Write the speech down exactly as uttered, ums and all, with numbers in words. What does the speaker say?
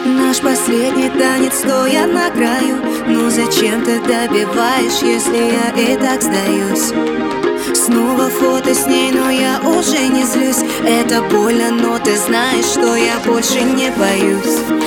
Наш последний танец, стоя на краю. Ну зачем ты добиваешь, если я и так сдаюсь? Снова фото с ней, но я уже не злюсь. Это больно, но ты знаешь, что я больше не боюсь.